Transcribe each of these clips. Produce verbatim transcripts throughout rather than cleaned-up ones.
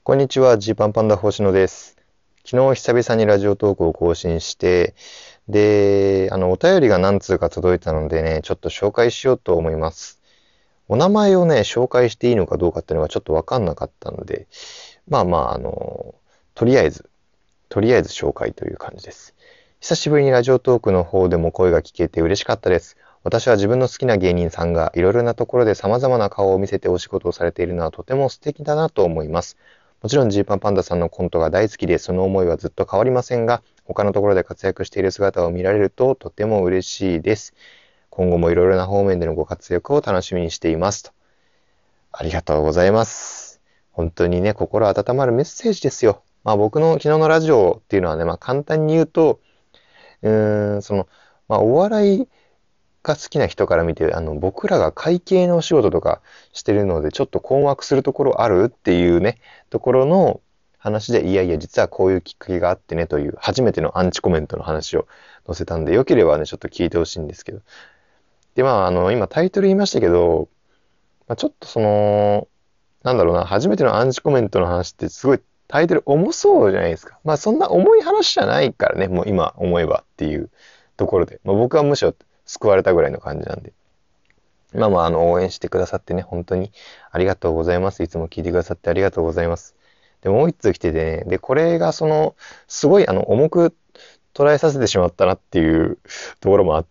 こんにちは、ジーパンパンダ星野です。昨日久々にラジオトークを更新して、で、あの、お便りが何通か届いたのでね、ちょっと紹介しようと思います。お名前をね、紹介していいのかどうかっていうのがちょっとわかんなかったので、まあまあ、あの、とりあえず、とりあえず紹介という感じです。久しぶりにラジオトークの方でも声が聞けて嬉しかったです。私は自分の好きな芸人さんがいろいろなところで様々な顔を見せてお仕事をされているのはとても素敵だなと思います。もちろんジーパンパンダさんのコントが大好きでその思いはずっと変わりませんが、他のところで活躍している姿を見られるととても嬉しいです。今後もいろいろな方面でのご活躍を楽しみにしていますと。ありがとうございます。本当にね、心温まるメッセージですよ。まあ僕の昨日のラジオっていうのはね、まあ簡単に言うと、うーん、その、まあお笑いが好きな人から見て、あの、僕らが会計のお仕事とかしてるので、ちょっと困惑するところあるっていうね、ところの話で、いやいや、実はこういうきっかけがあってねという、初めてのアンチコメントの話を載せたんで、よければね、ちょっと聞いてほしいんですけど。で、まあ、あの、今タイトル言いましたけど、まあ、ちょっとその、なんだろうな、初めてのアンチコメントの話ってすごいタイトル重そうじゃないですか。まあそんな重い話じゃないからね、もう今思えばっていうところで。まあ僕はむしろ救われたぐらいの感じなんで。まあまあ、あの、応援してくださってね、本当にありがとうございます。いつも聞いてくださってありがとうございます。で、もう一通来ててね、で、これがその、すごいあの、重く捉えさせてしまったなっていうところもあって、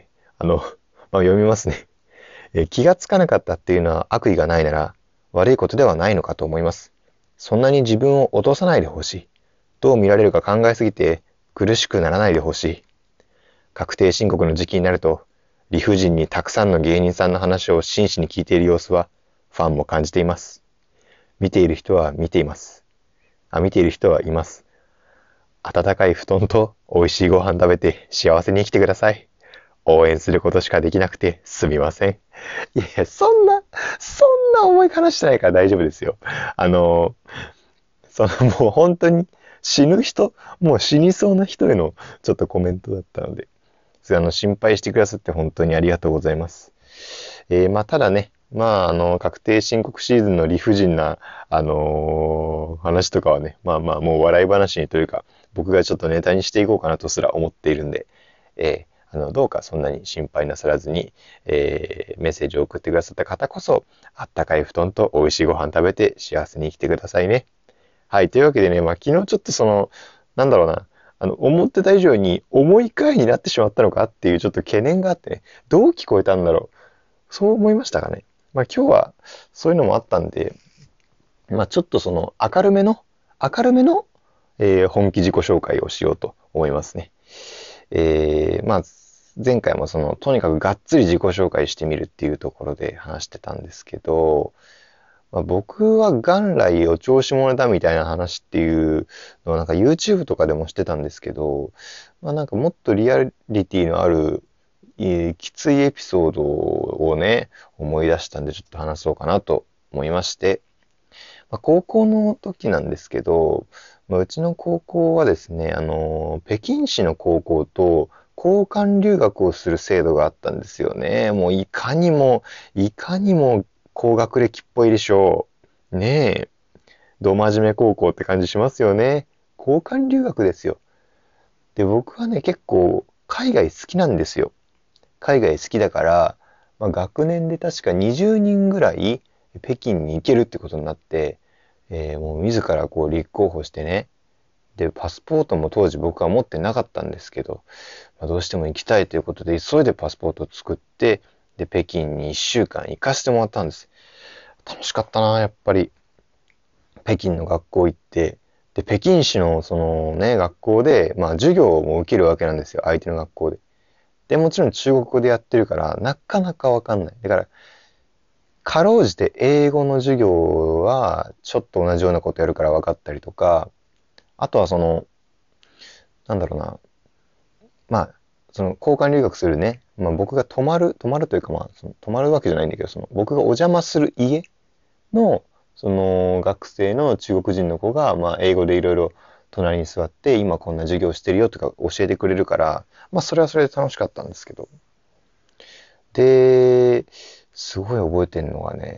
あの、まあ読みますね。え気がつかなかったっていうのは悪意がないなら悪いことではないのかと思います。そんなに自分を落とさないでほしい。どう見られるか考えすぎて苦しくならないでほしい。確定申告の時期になると理不尽にたくさんの芸人さんの話を真摯に聞いている様子はファンも感じています。見ている人は見ています。あ、見ている人はいます。暖かい布団と美味しいご飯食べて幸せに生きてください。応援することしかできなくてすみません。いやいや、そんな、そんな重い話してないから大丈夫ですよ。あの、そのもう本当に死ぬ人、もう死にそうな人へのちょっとコメントだったので、あの心配してくださって本当にありがとうございます。えー、まあただね、まああの確定申告シーズンの理不尽な、あのー話とかはね、まあまあもう笑い話にというか、僕がちょっとネタにしていこうかなとすら思っているんで、えーあの、どうかそんなに心配なさらずに、えーメッセージを送ってくださった方こそ、あったかい布団と美味しいご飯食べて幸せに生きてくださいね。はい。というわけでね、まあ、昨日ちょっとその、なんだろうな、あの、思ってた以上に重い回になってしまったのかっていうちょっと懸念があってね、どう聞こえたんだろう。そう思いましたかね。まあ、今日はそういうのもあったんで、まあ、ちょっとその明るめの、明るめの、えー本気自己紹介をしようと思いますね。えーまあ、前回もその、とにかくがっつり自己紹介してみるっていうところで話してたんですけど、まあ、僕は元来お調子者だみたいな話っていうのはなんか YouTube とかでもしてたんですけど、まあなんかもっとリアリティのある、えーきついエピソードをね、思い出したんでちょっと話そうかなと思いまして、まあ、高校の時なんですけど、まあ、うちの高校はですね、あの、北京市の高校と交換留学をする制度があったんですよね。もういかにも、いかにも高学歴っぽいでしょう。ねえ、ど真面目高校って感じしますよね。交換留学ですよ。で、僕はね、結構海外好きなんですよ。海外好きだから、まあ、学年で確かにじゅうにんぐらい北京に行けるってことになって、えーもう自らこう立候補してね。で、パスポートも当時僕は持ってなかったんですけど、まあ、どうしても行きたいということで急いでパスポートを作って、で、北京にいっしゅうかん行かせてもらったんです。楽しかったな、やっぱり。北京の学校行って、で、北京市のそのね、学校で、まあ授業も受けるわけなんですよ、相手の学校で。で、もちろん中国語でやってるから、なかなかわかんない。だから、かろうじて英語の授業は、ちょっと同じようなことやるから分かったりとか、あとはその、なんだろうな、まあ、その交換留学するね、まあ僕が泊まる、泊まるというかまあ、その泊まるわけじゃないんだけど、その僕がお邪魔する家の、その学生の中国人の子が、まあ英語でいろいろ隣に座って、今こんな授業してるよとか教えてくれるから、まあそれはそれで楽しかったんですけど。で、すごい覚えてるのがね、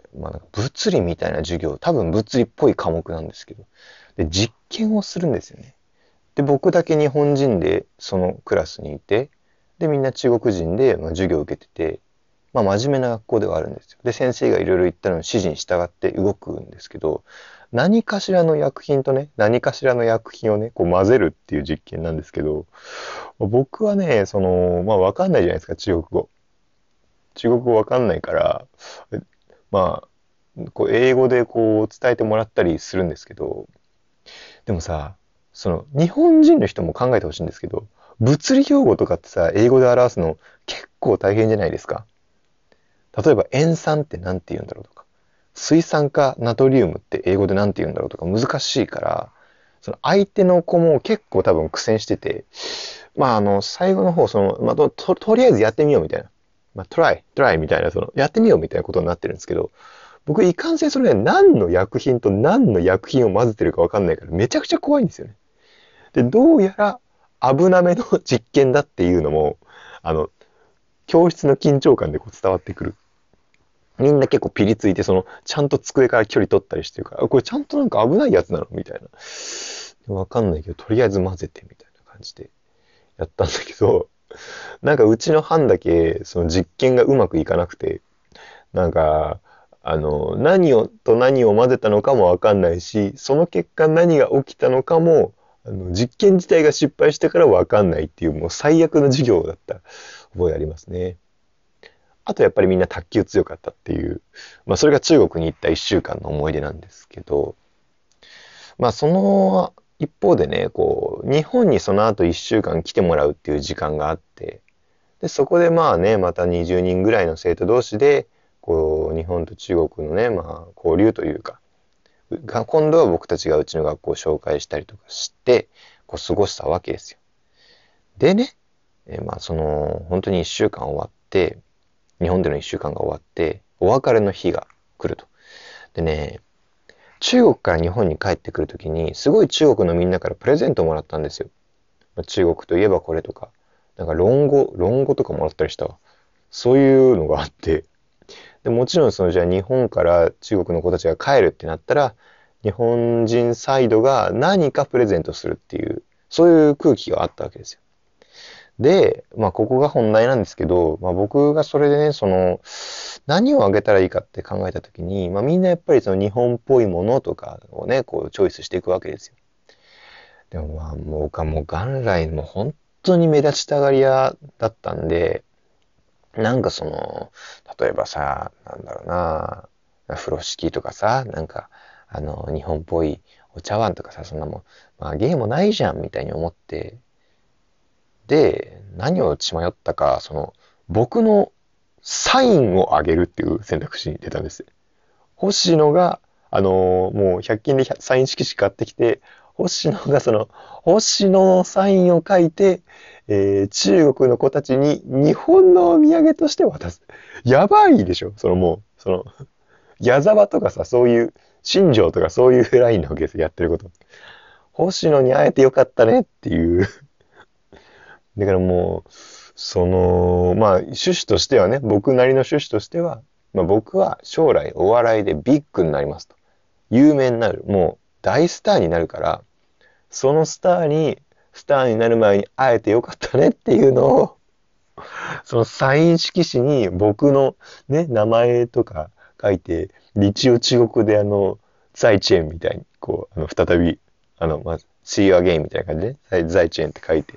まあなんか物理みたいな授業、多分物理っぽい科目なんですけど、で、実験をするんですよね。で、僕だけ日本人でそのクラスにいて、で、みんな中国人で、まあ、授業を受けてて、まあ真面目な学校ではあるんですよ。で、先生がいろいろ言ったのに指示に従って動くんですけど、何かしらの薬品とね、何かしらの薬品をね、こう混ぜるっていう実験なんですけど、僕はね、その、まあわかんないじゃないですか、中国語。中国語わかんないから、まあ、こう英語でこう伝えてもらったりするんですけど、でもさ、その日本人の人も考えてほしいんですけど、物理用語とかってさ、英語で表すの結構大変じゃないですか。例えば塩酸って何て言うんだろうとか、水酸化ナトリウムって英語で何て言うんだろうとか難しいから、その相手の子も結構多分苦戦してて、まああの最後の方その、まあ、と、と、とりあえずやってみようみたいな。まあ、トライ、トライみたいな、その、やってみようみたいなことになってるんですけど、僕いかんせんそれね、何の薬品と何の薬品を混ぜてるかわかんないからめちゃくちゃ怖いんですよね。で、どうやら危なめの実験だっていうのも、あの、教室の緊張感でこう伝わってくる。みんな結構ピリついて、その、ちゃんと机から距離取ったりしてるから、これちゃんとなんか危ないやつなのみたいな。わかんないけど、とりあえず混ぜてみたいな感じでやったんだけど、なんかうちの班だけ、その実験がうまくいかなくて、なんか、あの、何をと何を混ぜたのかもわかんないし、その結果何が起きたのかも、あの、実験自体が失敗してからわかんないっていう、もう最悪の授業だった覚えありますね。あとやっぱりみんな卓球強かったっていう、まあそれが中国に行った一週間の思い出なんですけど、まあその一方でね、こう、日本にその後一週間来てもらうっていう時間があって、で、そこでまあね、またにじゅうにんぐらいの生徒同士で、こう、日本と中国のね、まあ交流というか、が今度は僕たちがうちの学校を紹介したりとかして、こう過ごしたわけですよ。でね、えーまあその、本当に一週間終わって、日本での一週間が終わって、お別れの日が来ると。でね、中国から日本に帰ってくるときに、すごい中国のみんなからプレゼントをもらったんですよ。中国といえばこれとか、なんか論語、論語とかもらったりしたわ。そういうのがあって、でもちろんそのじゃあ日本から中国の子たちが帰るってなったら、日本人サイドが何かプレゼントするっていう、そういう空気があったわけですよ。で、まあここが本題なんですけど、まあ僕がそれでね、その、何をあげたらいいかって考えたときに、まあみんなやっぱりその日本っぽいものとかをね、こうチョイスしていくわけですよ。でもまあもう僕はもう元来もう本当に目立ちたがり屋だったんで、なんかその、例えばさ、なんだろうな、風呂敷とかさ、なんか、あの、日本っぽいお茶碗とかさ、そんなもん、まあ芸もないじゃんみたいに思って、で、何を血迷ったか、その、僕のサインをあげるっていう選択肢に出たんです。星野が、あのーもうひゃく均でサイン色紙買ってきて、星野がその、星野のサインを書いて、えー中国の子たちに日本のお土産として渡す。やばいでしょそのもう、その、矢沢とかさ、そういう、新庄とかそういうラインなわけですよ、やってること。星野に会えてよかったねっていう。だからもう、その、まあ、趣旨としてはね、僕なりの趣旨としては、まあ僕は将来お笑いでビッグになりますと。有名になる。もう大スターになるから、そのスターに、スターになる前に会えてよかったねっていうのを、そのサイン色紙に僕のね、名前とか書いて、一応中国であの、在地園みたいに、こう、あの、再び、あの、まず、See you again みたいな感じで、在在地園って書いて、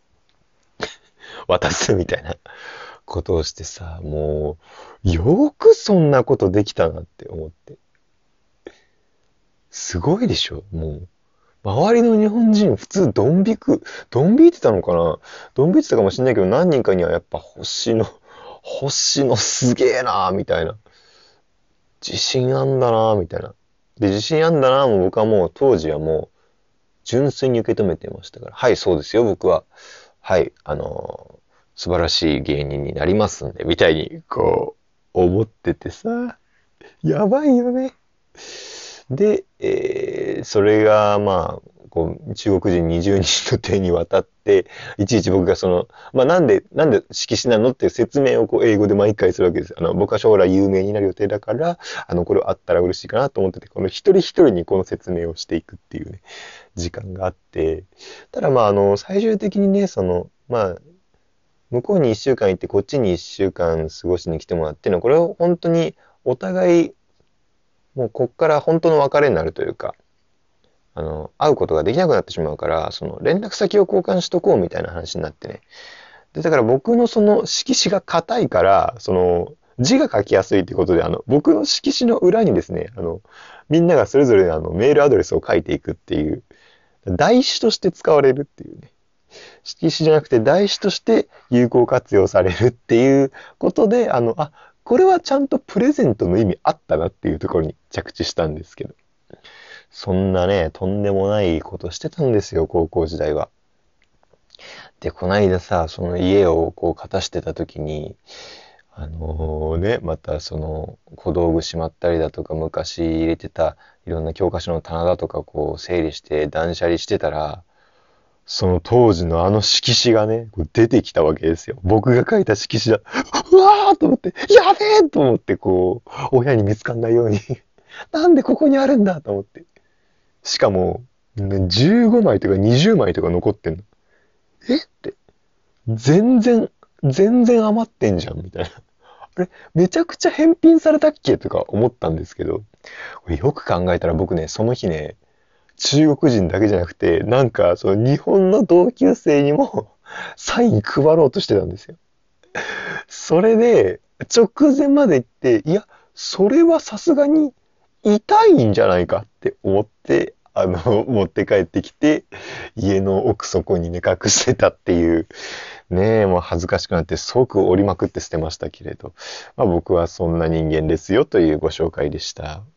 渡すみたいなことをしてさ、もう、よくそんなことできたなって思って。すごいでしょもう。周りの日本人普通ドン引く、ドン引いてたのかなドン引いてたかもしれないけど何人かにはやっぱ星の、星のすげえなーみたいな。自信あんだなーみたいな。で、自信あんだなーも僕はもう当時はもう純粋に受け止めてましたから。はい、そうですよ、僕は。はい、あのー素晴らしい芸人になりますんで、みたいに、こう、思っててさ、やばいよね。で、えーそれが、まあ、 こう、中国人にじゅうにんの手に渡って、いちいち僕がその、まあ、なんで、なんで色紙なのっていう説明をこう、英語で毎回するわけです。あの、僕は将来有名になる予定だから、あの、これあったら嬉しいかなと思ってて、この一人一人にこの説明をしていくっていうね、時間があって、ただまあ、あの、最終的にね、その、まあ、向こうにいっしゅうかん行って、こっちにいっしゅうかん過ごしに来てもらっていうのは、これを本当にお互い、もうこっから本当の別れになるというか、あの、会うことができなくなってしまうから、その連絡先を交換しとこうみたいな話になってね。で、だから僕のその色紙が硬いから、その字が書きやすいってことで、あの、僕の色紙の裏にですね、あの、みんながそれぞれあのメールアドレスを書いていくっていう、台紙として使われるっていうね。色紙じゃなくて台紙として有効活用されるっていうことで、あの、あ、これはちゃんとプレゼントの意味あったなっていうところに着地したんですけど。そんなね、とんでもないことしてたんですよ、高校時代は。で、こないださ、その家をこう、片してた時に、あのね、またその小道具しまったりだとか、昔入れてたいろんな教科書の棚だとかこう整理して断捨離してたら、その当時のあの色紙がね、こう出てきたわけですよ。僕が書いた色紙だ。うわーと思って、やべえと思ってこう、親に見つかんないようになんでここにあるんだと思って。しかも、ねじゅうごまいとかにじゅうまいとか残ってんの。えって。全然、全然余ってんじゃん、みたいな。あれ、めちゃくちゃ返品されたっけとか思ったんですけど、よく考えたら僕ね、その日ね、中国人だけじゃなくて、なんか、その日本の同級生にもサイン配ろうとしてたんですよ。それで、直前まで行って、いや、それはさすがに痛いんじゃないかって思って、あの、持って帰ってきて、家の奥底にね、隠してたっていう、ねえ、もう恥ずかしくなって即折りまくって捨てましたけれど、まあ僕はそんな人間ですよというご紹介でした。